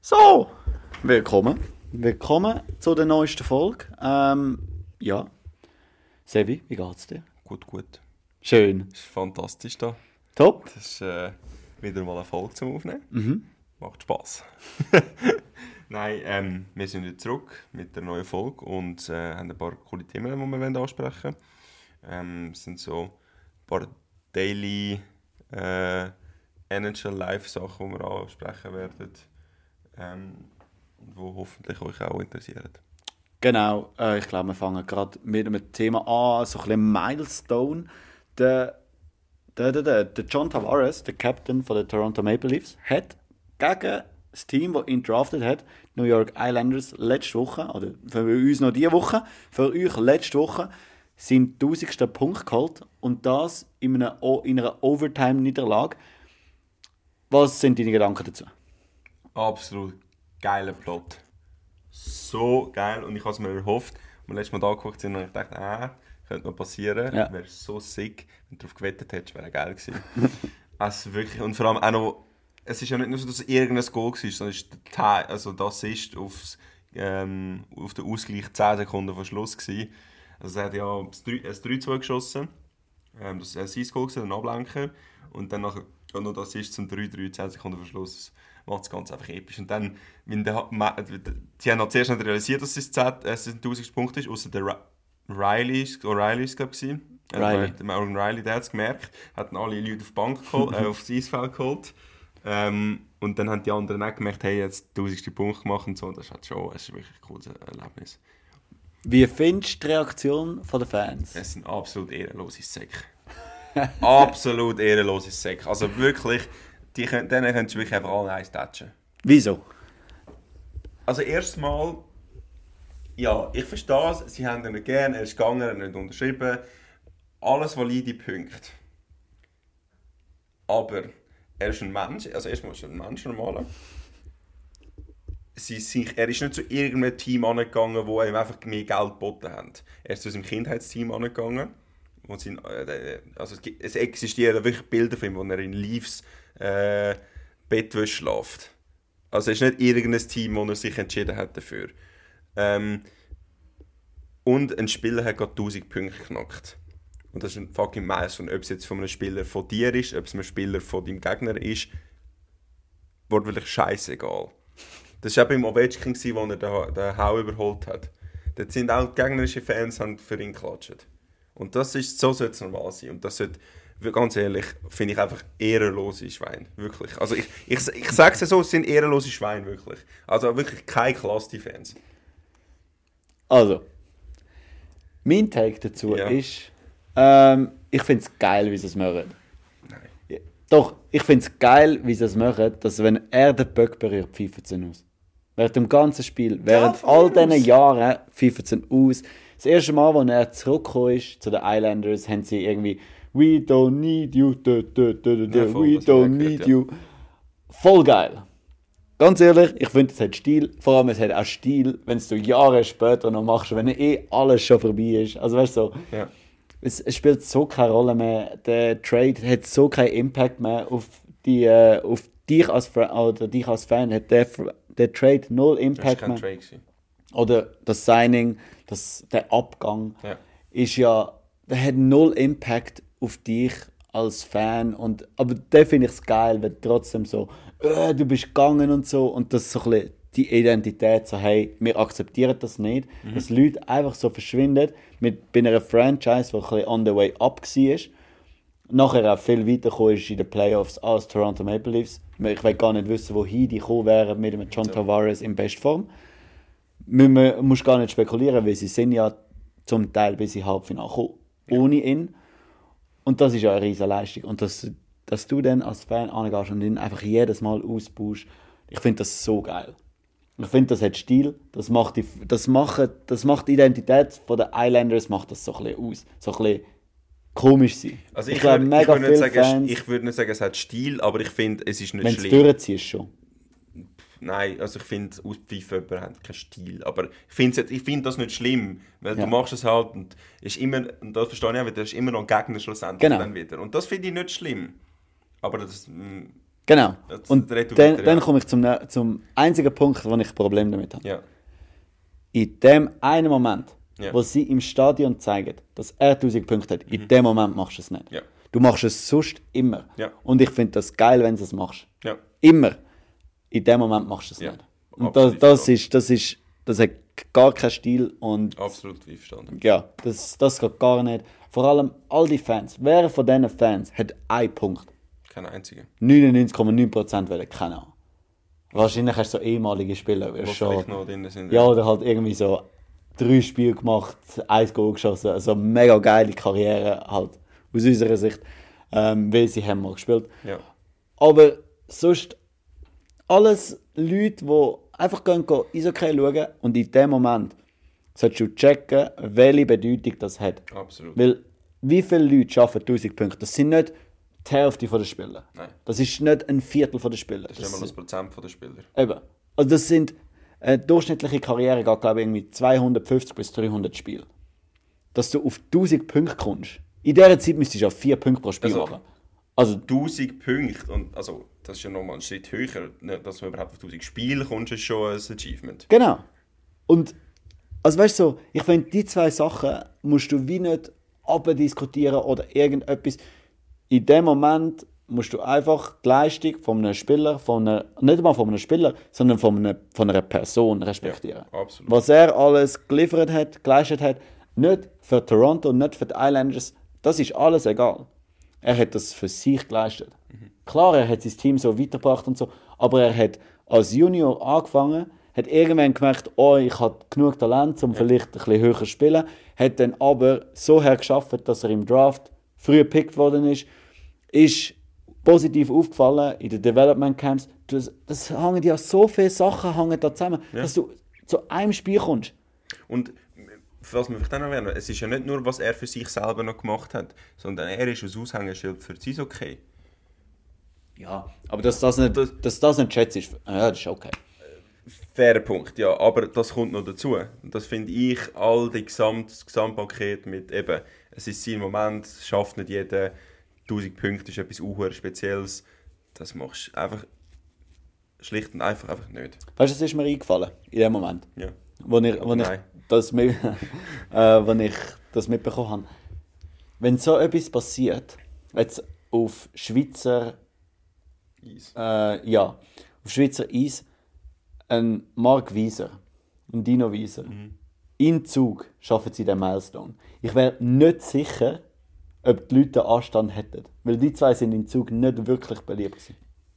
So, willkommen. Willkommen zu der neuesten Folge. Ja, Sevi, wie geht's dir? Gut. Schön. Es ist fantastisch da. Top. Das ist wieder mal eine Folge zum Aufnehmen. Mhm. Macht Spass. Nein, wir sind wieder zurück mit der neuen Folge und haben ein paar coole Themen, die wir ansprechen wollen. Es sind so ein paar Daily NHL Live Sachen, die wir ansprechen werden, die hoffentlich euch auch interessieren. Genau, ich glaube, wir fangen gerade mit einem Thema an, so ein bisschen Milestone. Der John Tavares, der Captain von den Toronto Maple Leafs, hat gegen das Team, das ihn drafted hat, die New York Islanders, letzte Woche, oder für uns noch diese Woche, für euch letzte Woche, seinen 1000. Punkt geholt und das in einer Overtime-Niederlage. Was sind deine Gedanken dazu? Absolut geiler Plot. So geil und ich habe es mir erhofft. Als wir letztes Mal da geguckt sind, habe ich gedacht, könnte noch passieren. Ja. Wäre so sick, wenn du darauf gewettet hättest, wäre geil gewesen. Also wirklich, und vor allem auch noch, es ist ja nicht nur so, dass es irgendein Goal war, sondern es ist der der Assist auf den Ausgleich 10 Sekunden vor Schluss gewesen. Also er hat ja ein 3-2 geschossen, das war sein Goal, ein Ablenker, und dann nachher noch das Assist zum 3-3, 10 Sekunden vor Schluss. Macht das Ganze einfach episch. Und dann, die haben halt zuerst nicht realisiert, dass es ein 1000 Punkt ist, außer der Riley ist glaube ich. Riley. Der Morgan Riley, der hat es gemerkt, hat dann alle Leute auf die Bank aufs Eisfeld geholt. Und dann haben die anderen auch gemerkt, hey, jetzt 1000. Punkt gemacht und so. Das ist wirklich ein cooles Erlebnis. Wie findest du die Reaktion der Fans? Es sind absolut ehrenlose Säcke. Absolut ehrenlose Säcke. Also wirklich, denen könntest du wirklich einfach alle eins touchen. Wieso? Also erstmal, ja, ich verstehe es, sie haben ihn nicht gern, er ist gegangen, er hat nicht unterschrieben. Alles valide Punkte. Aber er ist ein Mensch, also erstmal ist er ein Mensch, normaler. Er ist nicht zu irgendeinem Team angegangen, wo ihm einfach mehr Geld geboten hat. Er ist zu seinem Kindheitsteam angegangen. Es existieren wirklich Bilder von ihm, wo er in Leafs Bettwäsche schläft. Also es ist nicht irgendein Team, wo er sich entschieden hat dafür. Und ein Spieler hat gerade 1000 Punkte geknackt. Und das ist ein fucking Milestone. Ob es jetzt von einem Spieler von dir ist, ob es ein Spieler von deinem Gegner ist, wortwörtlich scheißegal. Das war auch beim Ovechkin, als er den Hau überholt hat. Dort sind auch gegnerische Fans für ihn geklatscht. Und so sollte es normal sein. Und das sollte, ganz ehrlich, finde ich einfach ehrenlose Schweine. Wirklich. Also ich sage es ja so, es sind ehrenlose Schweine, wirklich. Also wirklich keine Klasse Fans. Also, mein Take dazu Ja. ist, ich finde es geil, wie sie es machen. Nein. Doch, ich finde es geil, wie sie es machen, dass wenn er den Böck berührt, pfeifen sie ihn aus. Während dem ganzen Spiel, während all diesen Jahren pfeifen sie ihn aus. Das erste Mal, als er zurückgekommen ist zu den Islanders, haben sie irgendwie «We don't need you, we don't need you». Voll geil. Ganz ehrlich, ich finde, es hat Stil. Vor allem, es hat auch Stil, wenn es du Jahre später noch machst, wenn alles schon vorbei ist. Also weißt du, so, Ja. es spielt so keine Rolle mehr. Der Trade hat so keinen Impact mehr auf dich als Fan. Hat der Trade null Das war Impact kein mehr. Trade gewesen. Oder das Signing, der Abgang, Ja. ist ja, der hat null Impact auf dich als Fan. Aber da finde ich es geil, wenn trotzdem so, du bist gegangen und so. Und das ist so ein bisschen die Identität, so hey, wir akzeptieren das nicht. Dass Leute einfach so verschwinden bei einer Franchise, die ein bisschen on the way up war. Nachher auch viel weitergekommen ist in den Playoffs als Toronto Maple Leafs. Ich will gar nicht wissen, wohin die gekommen wären mit dem John Tavares in Bestform. Man muss gar nicht spekulieren, weil sie sind ja zum Teil bis ins Halbfinale gekommen, ohne ihn. Und das ist ja eine riesige Leistung. Und dass du dann als Fan angehst und ihn einfach jedes Mal ausbaust, ich finde das so geil. Ich finde, das hat Stil, das macht die Identität der Islanders macht das so ein bisschen aus. So ein bisschen komisch sein. Also ich glaube, mega viele Fans, ich würde nicht sagen, es hat Stil, aber ich finde, es ist nicht wenn du es schlimm. durchziehst schon. Nein, also ich finde, Auspfeifen hat keinen Stil. Aber ich finde das nicht schlimm, weil Ja. du machst es halt und ist immer, und das verstehe ich auch, weil du hast immer noch einen Gegner schlussendlich Genau. dann wieder. Und das finde ich nicht schlimm. Aber Genau. Jetzt Und red du dann, weiter, dann ja. komme ich zum einzigen Punkt, wo ich ein Problem damit habe. Ja. In dem einen Moment, Ja. wo sie im Stadion zeigen, dass er 1000 Punkte hat, in dem Moment machst du es nicht. Ja. Du machst es sonst immer. Ja. Und ich finde das geil, wenn du es machst. Ja. Immer. In dem Moment machst du es Ja. nicht. Und Absolut das hat gar keinen Stil und Absolut einverstanden. ja, das geht gar nicht. Vor allem all die Fans. Wer von diesen Fans hat einen Punkt? Kein einziger. 99,9% wollen keine Ahnung. Wahrscheinlich hast du so ehemalige Spieler, Die die vielleicht schon, noch drin sind. ja, oder halt irgendwie so 3 Spiele gemacht, 1 Goal geschossen, also mega geile Karriere halt aus unserer Sicht, weil sie haben mal gespielt. Ja. Aber sonst alles Leute, die einfach gehen Eishockey schauen und in dem Moment solltest du checken, welche Bedeutung das hat. Absolut. Weil wie viele Leute schaffen 1000 Punkte? Das sind nicht die Hälfte der Spieler. Nein. Das ist nicht ein Viertel der Spieler. Das ist nicht mal das Prozent der Spieler. Eben. Also das sind, eine durchschnittliche Karriere geht, glaube ich, irgendwie 250 bis 300 Spiele. Dass du auf 1000 Punkte kommst. In dieser Zeit müsstest du auch 4 Punkte pro Spiel Also- machen. Also 1000 Punkte, und also, das ist ja nochmal ein Schritt höher. Nicht, dass du überhaupt auf 1000 Spiele kommst, ist schon ein Achievement. genau. Und also weißt du, so, ich finde, die zwei Sachen musst du wie nicht diskutieren oder irgendetwas. In dem Moment musst du einfach die Leistung von einem Spieler, nicht einmal von einem Spieler, sondern von einer Person respektieren. Ja, absolut. Was er alles geliefert hat, geleistet hat, nicht für Toronto, nicht für die Islanders, das ist alles egal. Er hat das für sich geleistet. Klar, er hat sein Team so weitergebracht und so, aber er hat als Junior angefangen, hat irgendwann gemerkt, oh, ich habe genug Talent, um vielleicht ein bisschen höher zu spielen, hat dann aber so geschafft, dass er im Draft früh gepickt worden ist positiv aufgefallen in den Development Camps. Das hängen ja so viele Sachen hängen da zusammen, dass du zu einem Spiel kommst. Und für was wir vielleicht auch noch erwähnen, es ist ja nicht nur, was er für sich selber noch gemacht hat, sondern er ist ein Aushängeschild für das Eishockey. Ja, aber dass das nicht schätzt ist, ja, das ist okay. Fairer Punkt, ja, aber das kommt noch dazu. Und das finde ich, das Gesamtpaket mit eben, es ist sein Moment, es schafft nicht jeder, 1000 Punkte ist etwas unhuere Spezielles. Das machst du einfach schlicht und einfach nicht. Weißt du, das ist mir eingefallen, in dem Moment, Ja. wo ich das mitbekommen habe. Wenn so etwas passiert, jetzt auf Schweizer Eis, ein Mark Wieser, ein Dino Wieser, in Zug schaffen sie den Milestone. Ich wäre nicht sicher, ob die Leute den Anstand hätten, weil die zwei sind in Zug nicht wirklich beliebt gewesen.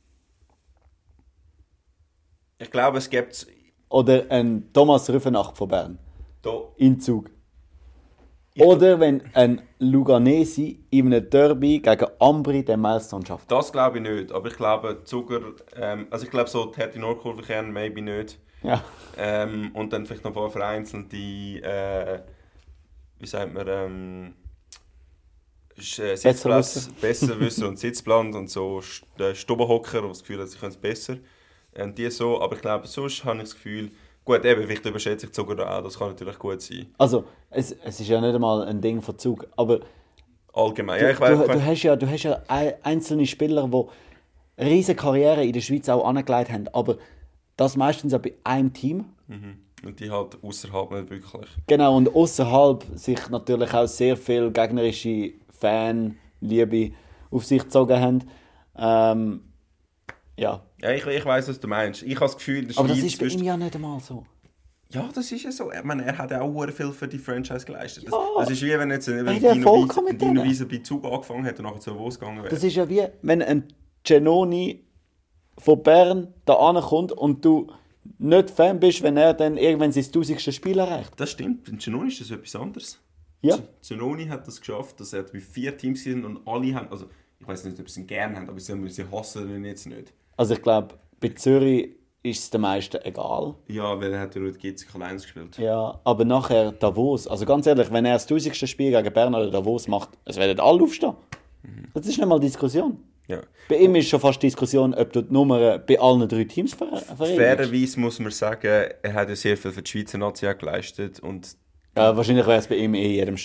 Ich glaube, es gibt Oder ein Thomas Rüfenacht von Bern, da. in Zug. Oder wenn ein Luganesi in einem Derby gegen Ambri den Milestone schafft. Das glaube ich nicht, aber ich glaube, Zucker, also ich glaube so, die Härte Nordkurve-Kern maybe nicht. Ja. Und dann vielleicht noch ein paar vereinzelte, wie sagt man, Sitzplatz, Besserwisser und Sitzplan und so Stubenhocker, die das Gefühl haben, sie können es besser. Die so, aber ich glaube, sonst habe ich das Gefühl, gut, eben, vielleicht überschätze ich Zucker da auch, das kann natürlich gut sein. Also, es ist ja nicht einmal ein Ding von Zug, aber Allgemein, du, ja, ich weiß. du hast ja einzelne Spieler, die riesige Karriere in der Schweiz auch angelegt haben, aber das meistens ja bei einem Team. Und die halt außerhalb nicht wirklich. Genau, und außerhalb sich natürlich auch sehr viel gegnerische Fanliebe auf sich gezogen haben. Ja. Ja, ich weiß, was du meinst. Ich habe das Gefühl, in der Aber Schweiz das ist bei ihm ja nicht einmal so. Ja, das ist ja so. Ich meine, er hat ja auch sehr viel für die Franchise geleistet. Ja. Das ist wie wenn jetzt hat Erfolg mit Dino denen. Wiese bei Zug angefangen hat und nachher zu Wos gegangen wäre. Das ist ja wie, wenn ein Genoni von Bern da ankommt und du nicht Fan bist, wenn er dann irgendwann sein 1000. Spiel erreicht. Das stimmt. In Genoni ist das etwas anderes. Ja. Genoni hat das geschafft, dass er bei 4 Teams sind und alle haben, also ich weiß nicht, ob sie ihn gerne haben, aber sie hassen ihn jetzt nicht. Also ich glaube, bei Zürich ist es den meisten egal. Ja, weil er hat ja nur GC K1 gespielt. Ja, aber nachher Davos, also ganz ehrlich, wenn er das 1000. Spiel gegen Bern oder Davos macht, es werden alle aufstehen. Das ist nicht mal Diskussion. Ja. Bei ihm ist schon fast Diskussion, ob du die Nummern bei allen 3 Teams vereinigst. Fairerweise muss man sagen, er hat ja sehr viel für die Schweizer Nazi geleistet und Ja, wahrscheinlich wäre es bei ihm in jedem Stadion.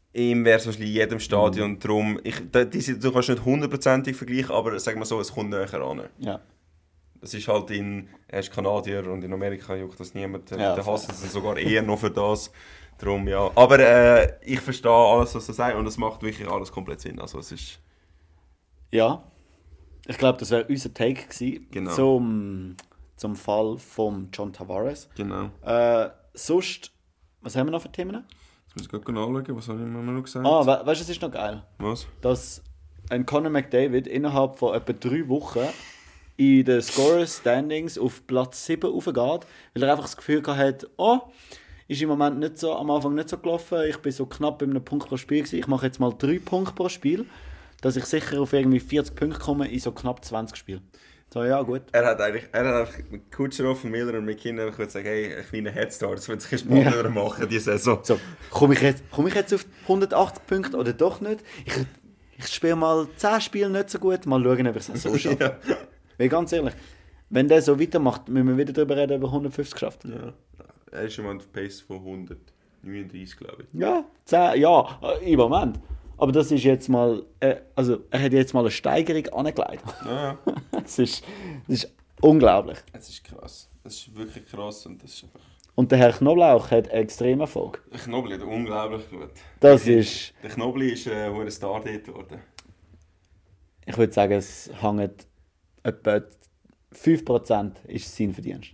ihm wäre es wahrscheinlich in jedem Stadion. Darum, du kannst nicht 100%ig vergleichen, aber sagen wir so, es kommt näher an. Ja. Das ist halt er ist Kanadier und in Amerika juckt das niemand. Ja, der hasst es sogar eher noch für das. Darum, ja. Aber ich verstehe alles, was er sagt und es macht wirklich alles komplett Sinn. Also es ist... Ja. Ich glaube, das wäre unser Take gewesen zum Fall von John Tavares. Genau. Sonst, was haben wir noch für Themen? Jetzt muss ich gerade anschauen, was habe ich mir noch gesagt? Weißt du, es ist noch geil. Was? Dass ein Conor McDavid innerhalb von etwa 3 Wochen in den Scorer-Standings auf Platz 7 raufgeht, weil er einfach das Gefühl hatte, ist im Moment nicht so, am Anfang nicht so gelaufen, ich bin so knapp bei einem Punkt pro Spiel gewesen, ich mache jetzt mal 3 Punkte pro Spiel, dass ich sicher auf irgendwie 40 Punkte komme in so knapp 20 Spielen. So, ja, gut. Er hat mit Kucherov, Miller und McKinnon sagen, hey, ein kleiner Headstart, das wird sich spannender machen, diese Saison. So, komme ich jetzt auf 180 Punkte oder doch nicht? Ich spiele mal 10 Spiele nicht so gut, mal schauen, ob ich es so schaffe. Ja. Weil ganz ehrlich, wenn der so weitermacht, müssen wir wieder darüber reden, ob er 150 geschafft hat. Ja. Er ist schon mal auf Pace von 139, glaube ich. Ja, 10, ja, im Moment. Aber das ist jetzt mal, also er hat jetzt mal eine Steigerung angelegt. Ja. Das ist unglaublich. Es ist krass. Es ist wirklich krass und das ist einfach... Und der Herr Knoblauch hat extrem Erfolg. Der Knobli hat unglaublich gut. Das ist... Der Knobli ist ein Star dort geworden. Ich würde sagen, es hängt etwa 5% ist sein Verdienst.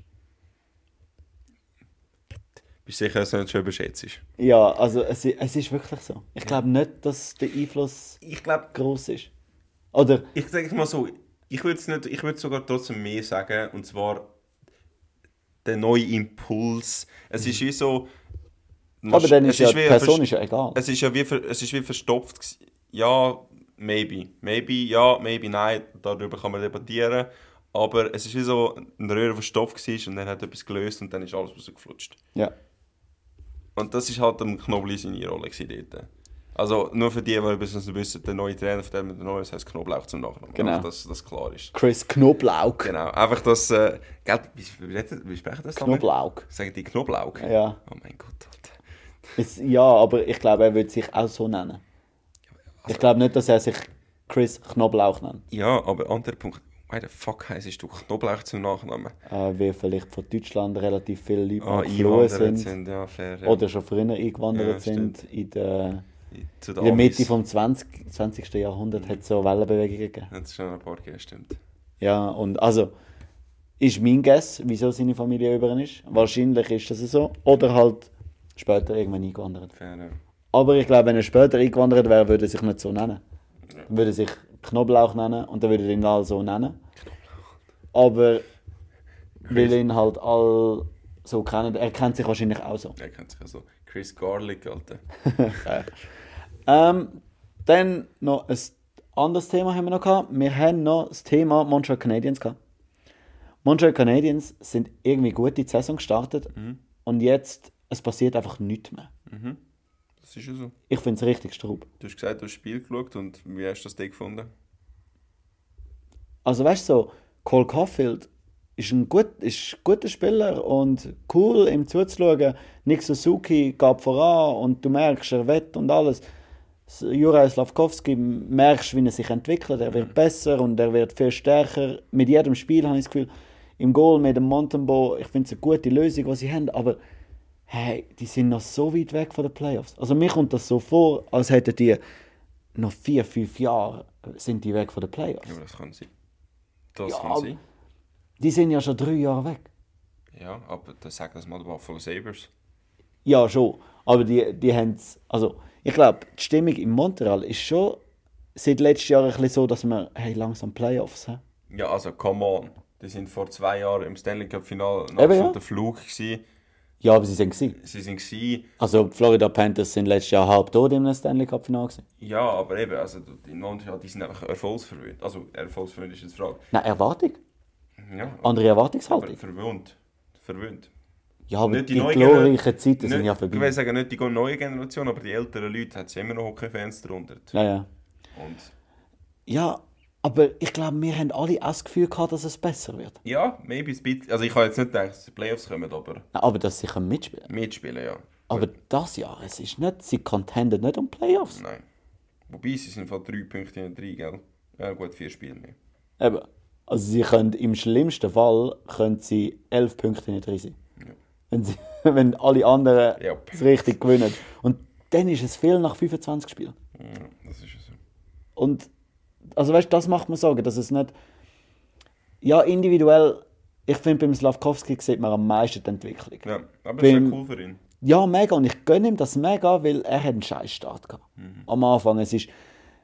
Bist du sicher, dass du nicht schon überschätzt? Ja, also es ist wirklich so. Ich glaube nicht, dass der Einfluss groß ist. Oder? Ich sage mal so, ich würde sogar trotzdem mehr sagen, und zwar der neue Impuls. Es ist wie so... Aber dann ist ja die Person ist ja egal. Es ist wie verstopft gewesen. Ja, maybe. Maybe ja, maybe nein. Darüber kann man debattieren. Aber es ist wie so ein Röhre verstopft war und dann hat etwas gelöst und dann ist alles rausgeflutscht. Ja. Und das war halt dem Knobli seine Rolle dort. Also nur für die es wissen, der neue Trainer von dem mit der neuen, das heisst Knoblauch zum Nachnamen. Genau. Einfach, dass das klar ist. Chris Knoblauch. Genau. Einfach, dass... wie sprechen das? Knoblauch. Sagen die Knoblauch? Ja. Oh mein Gott, Alter. Ja, aber ich glaube, er würde sich auch so nennen. Ich glaube nicht, dass er sich Chris Knoblauch nennt. Ja, aber anderer Punkt. Why the fuck heisst du Knoblauch zum Nachnamen? Weil vielleicht von Deutschland relativ viele Leute geflohen sind. Ja, fair, ja. Oder schon früher eingewandert sind. In der Mitte des 20. Jahrhunderts hat es so Wellenbewegungen gegeben. Hat es schon ein paar gegeben, stimmt. Ja, und also ist mein Guess, wieso seine Familie über ihn ist. Wahrscheinlich ist das so. Oder halt später irgendwann eingewandert. Fair, ja. Aber ich glaube, wenn er später eingewandert wäre, würde er sich nicht so nennen. Ja. Würde er sich Knoblauch nennen und dann würde er ihn alle so nennen. Aber weil ihn halt alle so kennen, er kennt sich wahrscheinlich auch so. Er kennt sich auch so. Chris Garlic, Alter. Dann noch ein anderes Thema haben wir noch gehabt. Wir haben noch das Thema Montreal Canadiens gehabt. Montreal Canadiens sind irgendwie gut in die Saison gestartet und jetzt, es passiert einfach nichts mehr. Mhm. Das ist ja so. Ich finde es richtig straub. Du hast gesagt, du hast das Spiel geschaut und wie hast du das Ding gefunden? Also weißt du so, Cole Caulfield ist ein guter Spieler und cool, ihm zuzuschauen. Nick Suzuki geht voran und du merkst, er wett und alles. Juraj Slafkovský, merkst, wie er sich entwickelt. Er wird besser und er wird viel stärker. Mit jedem Spiel habe ich das Gefühl, im Goal mit dem Montembeault, ich finde es eine gute Lösung, die sie haben, aber hey, die sind noch so weit weg von den Playoffs. Also mir kommt das so vor, als hätten die noch 4-5 Jahre sind die weg von den Playoffs. Ja, aber das kann sein. Das kann sein. Die sind ja schon 3 Jahre weg. Ja, aber dann sag das mal die Buffalo Sabres. Ja, schon. Aber die haben es... Also, ich glaube, die Stimmung in Montreal ist schon seit letztes Jahr ein bisschen so, dass wir langsam Playoffs haben. Ja, also, come on. Die sind vor 2 Jahren im Stanley Cup-Final nach der Flug gewesen. Ja, aber sie sind gewesen. Sie sind gewesen. Also, die Florida Panthers sind letztes Jahr halb tot im Stanley Cup-Final gewesen. Ja, aber eben, also, in Montreal, die sind einfach erfolgsverwöhnt. Also, erfolgsverwöhnt ist jetzt die Frage. Nein, Erwartung. Ja, andere Erwartungshaltung. Verwöhnt. Ja, aber die glorreichen Zeiten sind ja vorbei. Ich will sagen, nicht die neue Generation, aber die älteren Leute haben immer noch Hockey-Fans darunter. Ja. Und ja, aber ich glaube, wir haben alle auch das Gefühl gehabt, dass es besser wird. Ja, maybe ein bisschen. Also ich habe jetzt nicht gedacht, dass die Playoffs kommen, aber... Aber dass sie mitspielen. Mitspielen, ja. Aber das Jahr, es ist nicht, sie contenden nicht um Playoffs. Nein. Wobei, sie sind von 3 Punkte in 3, gell? Ja gut, 4 Spiele mehr. Eben. Also sie können, im schlimmsten Fall können sie 11 Punkte in 3 sein. Ja. Wenn alle anderen Ja. es richtig gewinnen. Und dann ist es viel nach 25 Spielen. Ja, das ist so. Und also weißt, das macht mir Sorgen, dass es nicht... Ja, individuell, ich finde, beim Slavkovski sieht man am meisten die Entwicklung. Ja, aber das ist Beim- ja cool für ihn. Ja, mega. Und ich gönne ihm das mega, weil er hat einen scheiß Start gehabt. Am Anfang. Es ist...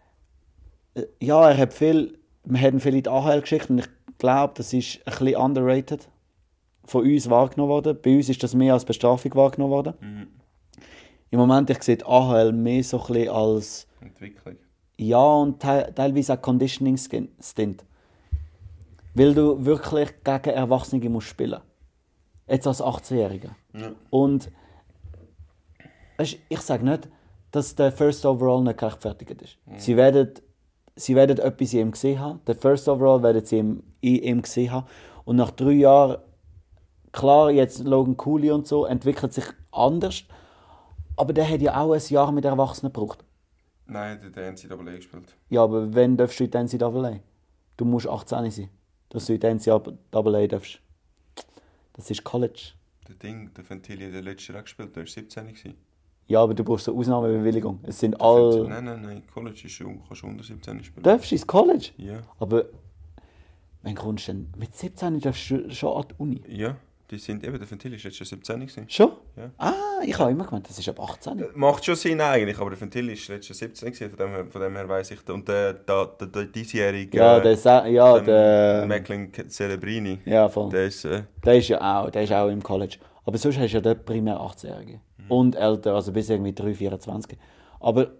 Ja, er hat viel... Wir haben viel in die AHL geschickt und ich glaube, das ist ein bisschen underrated von uns wahrgenommen worden. Bei uns ist das mehr als Bestrafung wahrgenommen worden. Im Moment, ich sehe die AHL mehr so ein bisschen als... Entwicklung. Ja, und teilweise auch Conditioning-Stint. Weil du wirklich gegen Erwachsene musst spielen. Jetzt als 18-Jähriger. Ja. Und weisst, ich sage nicht, dass der First Overall nicht gerechtfertigt ist. Sie werden etwas in ihm gesehen haben. Der First Overall werden sie in ihm gesehen haben. Und nach 3 Jahren, klar, jetzt Logan Cooley und so, entwickelt sich anders. Aber der hat ja auch ein Jahr mit Erwachsenen gebraucht. Nein, der NCAA gespielt. Ja, aber wann darfst du in die NCAA? Du musst 18 sein, dass du in die NCAA darfst. Das ist College. Der Ventilli, der letzte Jahr gespielt, der war 17 gewesen. Ja, aber du brauchst eine Ausnahmebewilligung. Es sind alle... Nein, College ist schon, kannst du unter 17 spielen. Darfst du ins College? Ja. Aber wann kommst du denn? Mit 17 darfst du schon an die Uni. Ja, die sind eben, der Ventilli war letztes Jahr 17 gewesen. Schon? Ja. Ah, ich habe immer gemeint, das ist ab 18. Macht schon Sinn eigentlich, aber der Ventilli war letztes Jahr 17 gewesen, von dem her weiss ich. Und der diesjährige... Ja, der Macklin Celebrini, Ja, voll. der ist... Der ist auch im College. Aber sonst hast du ja dort primär 18-Jährige. Und älter, also bis irgendwie 3, 24. Aber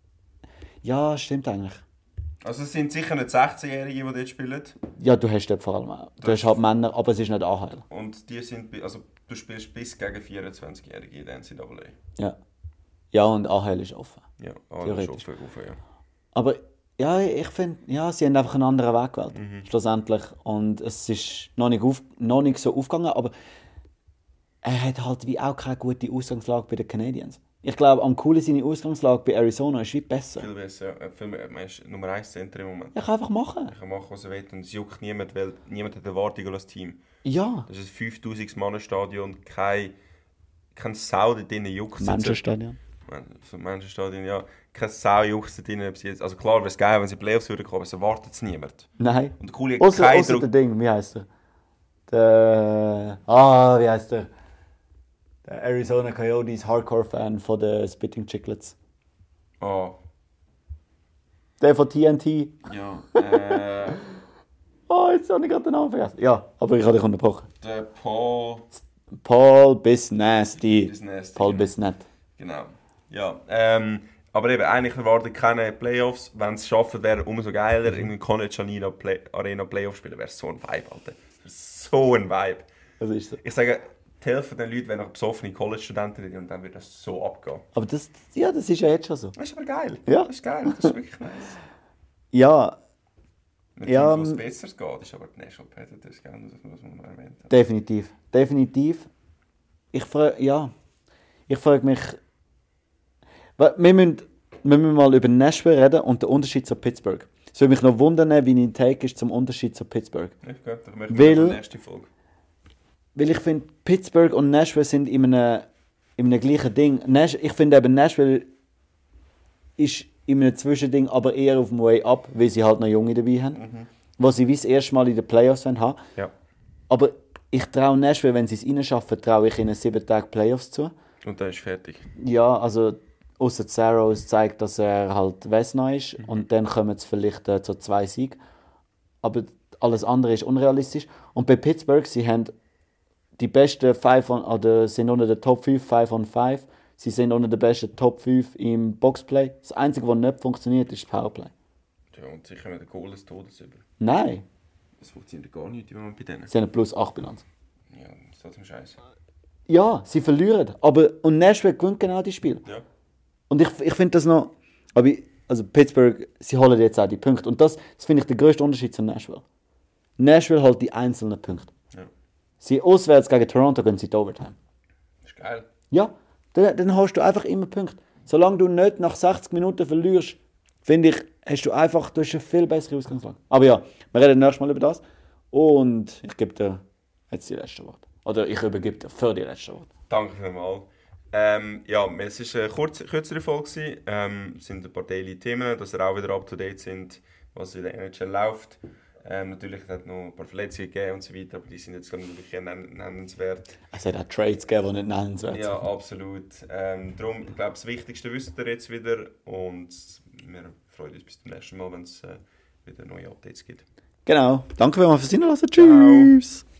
ja, stimmt eigentlich. Also es sind sicher nicht 16-Jährige, die dort spielen. Ja, du hast dort vor allem auch. Du hast halt Männer, aber es ist nicht AHL. Und die sind... Also du spielst bis gegen 24-Jährige in der NCAA. Ja. Ja, und AHL ist offen. Ja, Theoretisch. Schon ja. Aber ja, ich finde, ja, sie haben einfach einen anderen Weg gewählt, schlussendlich. Und es ist noch nicht so aufgegangen, aber er hat halt wie auch keine gute Ausgangslage bei den Canadiens. Ich glaube, am Cooley seine Ausgangslage bei Arizona ist wie besser. Viel besser, ja. Viel mehr, man ist Nummer 1 Center im Moment. Er kann einfach machen. Er kann machen, was er will und es juckt niemand, weil niemand hat Erwartungen als Team. Ja. Das ist ein 5000-Mann-Stadion, kein Sau da drinnen juckt es. Menschenstadion. So Menschenstadion, ja. Kein Sau juckt es da drinnen. Ob sie jetzt, also klar wäre es geil, wenn sie in die Playoffs würden kommen, aber es erwartet es niemand. Nein. Und der Cooley hat keinen Außer Druck. der Ding, wie heißt er? Wie heißt er? Der Arizona Coyotes Hardcore-Fan von den Spitting Chicklets. Oh, Der von TNT. ja. Oh, jetzt habe ich gerade den Namen vergessen. Ja, aber ich habe dich unterbrochen. Der Paul... Paul Bisnasty. Bisnasty, Paul genau. Bisnet. Genau. Ja, aber eben, eigentlich erwartet keine Playoffs. Wenn sie es schaffen, wäre umso geiler. In College Arena Playoffs spielen wäre so ein Vibe, Alter. So ein Vibe. Das ist so. Ich sage, die Hälfte der Leute wären noch besoffene College-Studenten und dann würde das so abgehen. Aber das ist ja jetzt schon so. Das ist aber geil. Ja. Das ist geil, das ist wirklich nice. Ja, Mit Ja, dem, was besser geht, ist aber die National Predators, gell? Das muss man noch erwähnen. definitiv. Ich frage mich... Wir müssen mal über Nashville reden und den Unterschied zu Pittsburgh. Es würde mich noch wundern, wie dein Take ist zum Unterschied zu Pittsburgh. Ich glaube, ich möchte Weil- die nächste Folge. Weil ich finde, Pittsburgh und Nashville sind in einem gleichen Ding. Ich finde eben, Nashville ist in einem Zwischending, aber eher auf dem Way up, weil sie halt noch Junge dabei haben. Wo sie wie das erste Mal in den Playoffs haben. Ja. Aber ich traue Nashville, wenn sie es reinschaffen, traue ich ihnen 7 Tage Playoffs zu. Und dann ist fertig. Ja, also ausser Saros zeigt, dass er halt Vesna ist und dann kommen es vielleicht zu 2 Siegen. Aber alles andere ist unrealistisch. Und bei Pittsburgh, sie haben die besten 5 oder sind unter der Top 5, 5 on 5. Sie sind unter der besten Top 5 im Boxplay. Das Einzige, was nicht funktioniert, ist das Powerplay. Ja, und sicher mit der Goal des Todes über. Nein, Das funktioniert gar nicht im Moment bei denen. sie haben eine plus 8 Bilanz. Ja, das ist trotzdem scheiße. Ja, sie verlieren. Und Nashville gewinnt genau die Spiel. Ja. Und ich finde das noch... Also Pittsburgh, sie holen jetzt auch die Punkte. Und das finde ich der grösste Unterschied zu Nashville. Nashville holt die einzelnen Punkte. Ja. Sie auswärts gegen Toronto gehen sie in die Overtime. Das ist geil. Ja, dann hast du einfach immer Punkte. Solange du nicht nach 60 Minuten verlierst, finde ich, hast du eine viel bessere Ausgangslage. Aber ja, wir reden nächstes Mal über das. Und ich gebe dir jetzt die letzten Worte. Oder ich übergebe dir für die letzten Worte. Danke vielmals. Ja, es war eine kürzere Folge. Es sind ein paar Daily-Themen, dass ihr auch wieder up-to-date sind, was in der NHL läuft. Natürlich hat es noch ein paar Verletzungen gegeben und so weiter, aber die sind jetzt gerade wirklich nennenswert. Es hat auch Trades gegeben, die nicht nennenswert sind. Ja, absolut. Darum, ich glaube, das Wichtigste wisst ihr jetzt wieder und wir freuen uns bis zum nächsten Mal, wenn es wieder neue Updates gibt. Genau. Danke, wenn man fürs Hinlassen. Tschüss.